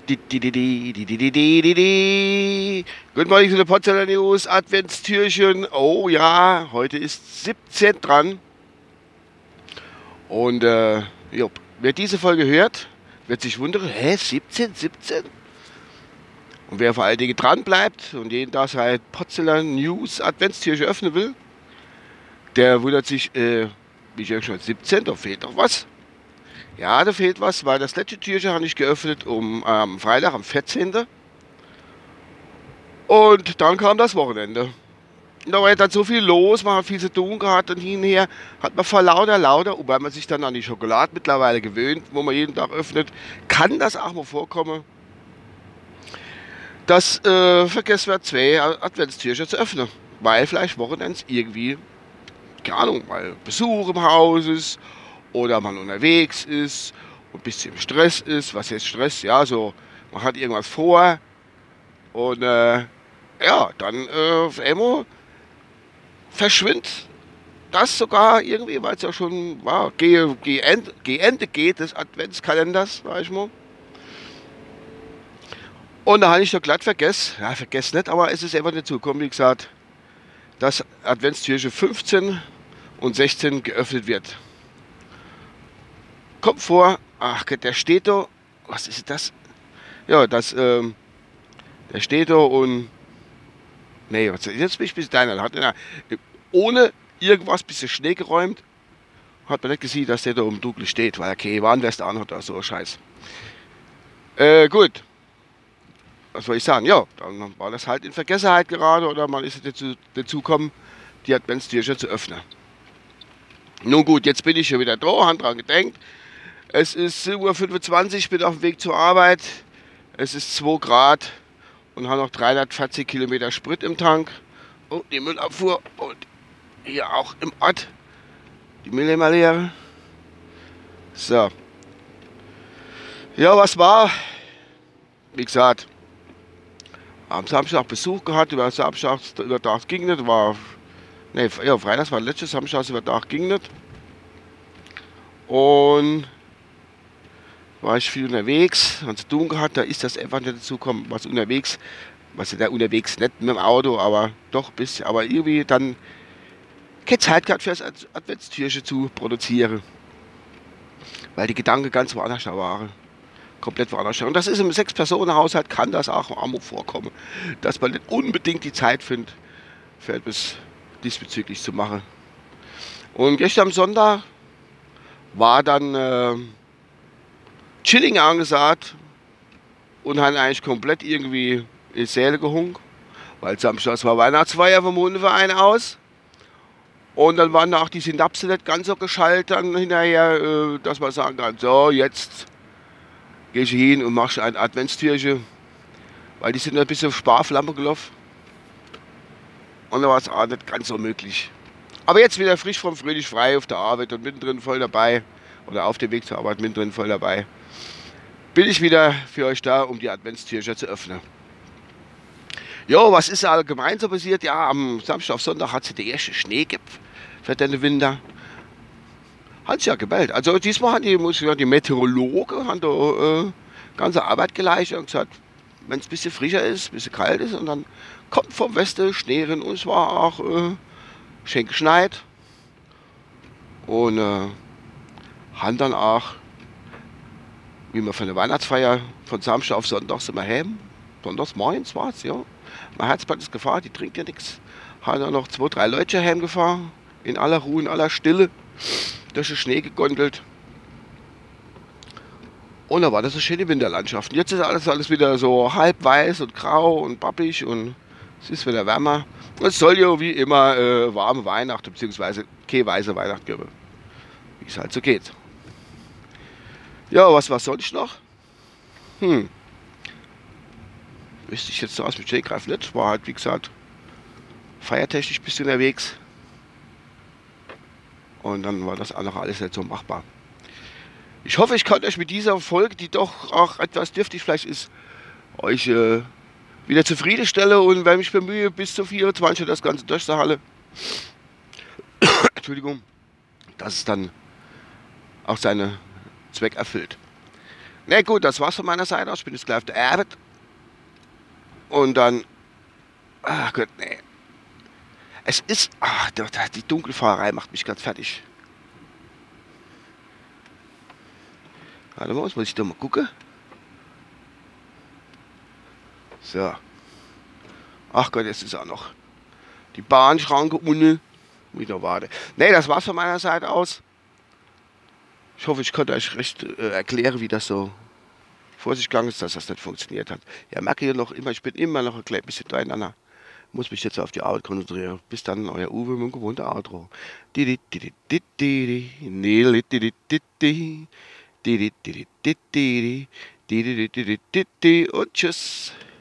Guten Morgen zu der Potsdamer News Adventstürchen. Oh ja, heute ist 17 dran. Und wer diese Folge hört, wird sich wundern, 17? Und wer vor allen Dingen dran bleibt und jeden Tag sein Potsdamer News Adventstürchen öffnen will, der wundert sich, wie ich ja schon 17, da fehlt doch was. Ja, da fehlt was, weil das letzte Türchen habe ich geöffnet am Freitag, am 14. Und dann kam das Wochenende. Da war dann so viel los, man hat viel zu tun gehabt und hin und her hat man vor lauter, und weil man sich dann an die Schokolade mittlerweile gewöhnt, wo man jeden Tag öffnet, kann das auch mal vorkommen, dass vergessen wird, 2 Adventstürchen zu öffnen. Weil vielleicht Wochenends irgendwie, keine Ahnung, weil Besuch im Haus ist oder man unterwegs ist und ein bisschen im Stress ist. Was heißt Stress? Ja, so, man hat irgendwas vor und ja, dann auf einmal verschwindet das sogar irgendwie, weil es ja schon war, Ende geht des Adventskalenders, sag ich mal. Und da habe ich doch glatt vergessen, ja, vergessen nicht, aber es ist einfach nicht zugekommen, wie gesagt, dass Adventstürchen 15 und 16 geöffnet wird. Kommt vor, ach, der steht da, was ist das? Ja, der steht da und, nee, jetzt bin ich ein bisschen deiner, hat einer, ohne irgendwas ein bisschen Schnee geräumt, hat man nicht gesehen, dass der da im Dunkeln steht, weil er keine Warnweste anhat oder so, Scheiß. Gut, was soll ich sagen? Ja, dann war das halt in Vergessenheit gerade oder man ist dazu gekommen, die Adventstürchen zu öffnen. Nun gut, jetzt bin ich schon wieder da, haben dran gedenkt. Es ist 7:25 Uhr, ich bin auf dem Weg zur Arbeit. Es ist 2 Grad und habe noch 340 Kilometer Sprit im Tank. Und die Müllabfuhr und hier auch im Ort. Die Müll immer leer. So. Ja, was war? Wie gesagt, am Samstag Besuch gehabt, über Samstag, über Tag ging nicht, ja, Freitags war letztes Samstag, über Tag ging nicht. Und war ich viel unterwegs, und zu tun gehabt, da ist das einfach nicht dazu gekommen, was ja da unterwegs nicht mit dem Auto, aber doch ein bisschen, aber irgendwie dann keine Zeit gehabt für das Adventstürchen zu produzieren, weil die Gedanken ganz woanders da waren. Komplett woanders. Und das ist im 6-Personen-Haushalt, kann das auch mal vorkommen, dass man nicht unbedingt die Zeit findet, für etwas diesbezüglich zu machen. Und gestern am Sonntag war dann Chilling angesagt und haben eigentlich komplett irgendwie in die Säle gehunkt, weil Samstag war Weihnachtsfeier vom Hundeverein aus. Und dann waren auch die Synapsen nicht ganz so geschaltet dann hinterher, dass man sagen kann, so jetzt gehe ich hin und mache ein Adventstürchen, weil die sind ein bisschen auf Sparflamme gelaufen. Und da war es auch nicht ganz so möglich. Aber jetzt wieder frisch vom Fröhlich frei auf der Arbeit und mittendrin voll dabei, oder auf dem Weg zur Arbeit mittendrin voll dabei, bin ich wieder für euch da, um die Adventstürchen zu öffnen. Jo, was ist allgemein so passiert? Ja, am Samstag auf Sonntag hat es der erste Schnee gegeben für den Winter. Hat sich ja gemeldet. Also diesmal haben die Meteorologen haben da ganze Arbeit geleistet und gesagt, wenn es ein bisschen frischer ist, ein bisschen kalt ist und dann kommt vom Westen Schnee rein und es war auch schön geschneit. Und haben dann auch, wie wir von der Weihnachtsfeier von Samstag auf Sonntag sind wir heim. Sonntags morgens war es, ja. Mein Herzblatt ist gefahren, die trinkt ja nichts. Haben dann noch 2, 3 Leute heimgefahren, in aller Ruhe, in aller Stille, durch den Schnee gegondelt. Und da war das eine schöne Winterlandschaft. Und jetzt ist alles wieder so halb weiß und grau und pappig und es ist wieder wärmer. Und es soll ja wie immer warme Weihnachten bzw. keine weiße Weihnacht geben. Wie es halt so geht. Ja, was war sonst noch? Wüsste ich jetzt so aus mit J-Greif nicht. War halt, wie gesagt, feiertechnisch ein bisschen unterwegs. Und dann war das auch alles nicht so machbar. Ich hoffe, ich kann euch mit dieser Folge, die doch auch etwas dürftig vielleicht ist, euch wieder zufriedenstellen und wenn ich bemühe, bis zu 24 Uhr das Ganze durchzuhalten. Entschuldigung, dass es dann auch seinen Zweck erfüllt. Na gut, das war's von meiner Seite aus. Ich bin jetzt gleich auf der Arbeit. Und dann, ach Gott, nee. Es ist, ach, die Dunkelfahrerei macht mich ganz fertig. Warte mal, jetzt muss ich doch mal gucken. So. Ach Gott, jetzt ist auch noch die Bahnschranke unten. Muss ich noch warten. Nee, das war's von meiner Seite aus. Ich hoffe, ich konnte euch recht erklären, wie das so vor sich gegangen ist, dass das nicht funktioniert hat. Ja, merke ich noch immer, ich bin immer noch ein klein bisschen durcheinander. Muss mich jetzt auf die Arbeit konzentrieren. Bis dann, euer Uwe mit dem gewohnten Outro. Didi, didi, didi, didi, didi, didi, didi, didi, didi, didi, didi, didi, didi, didi, und tschüss.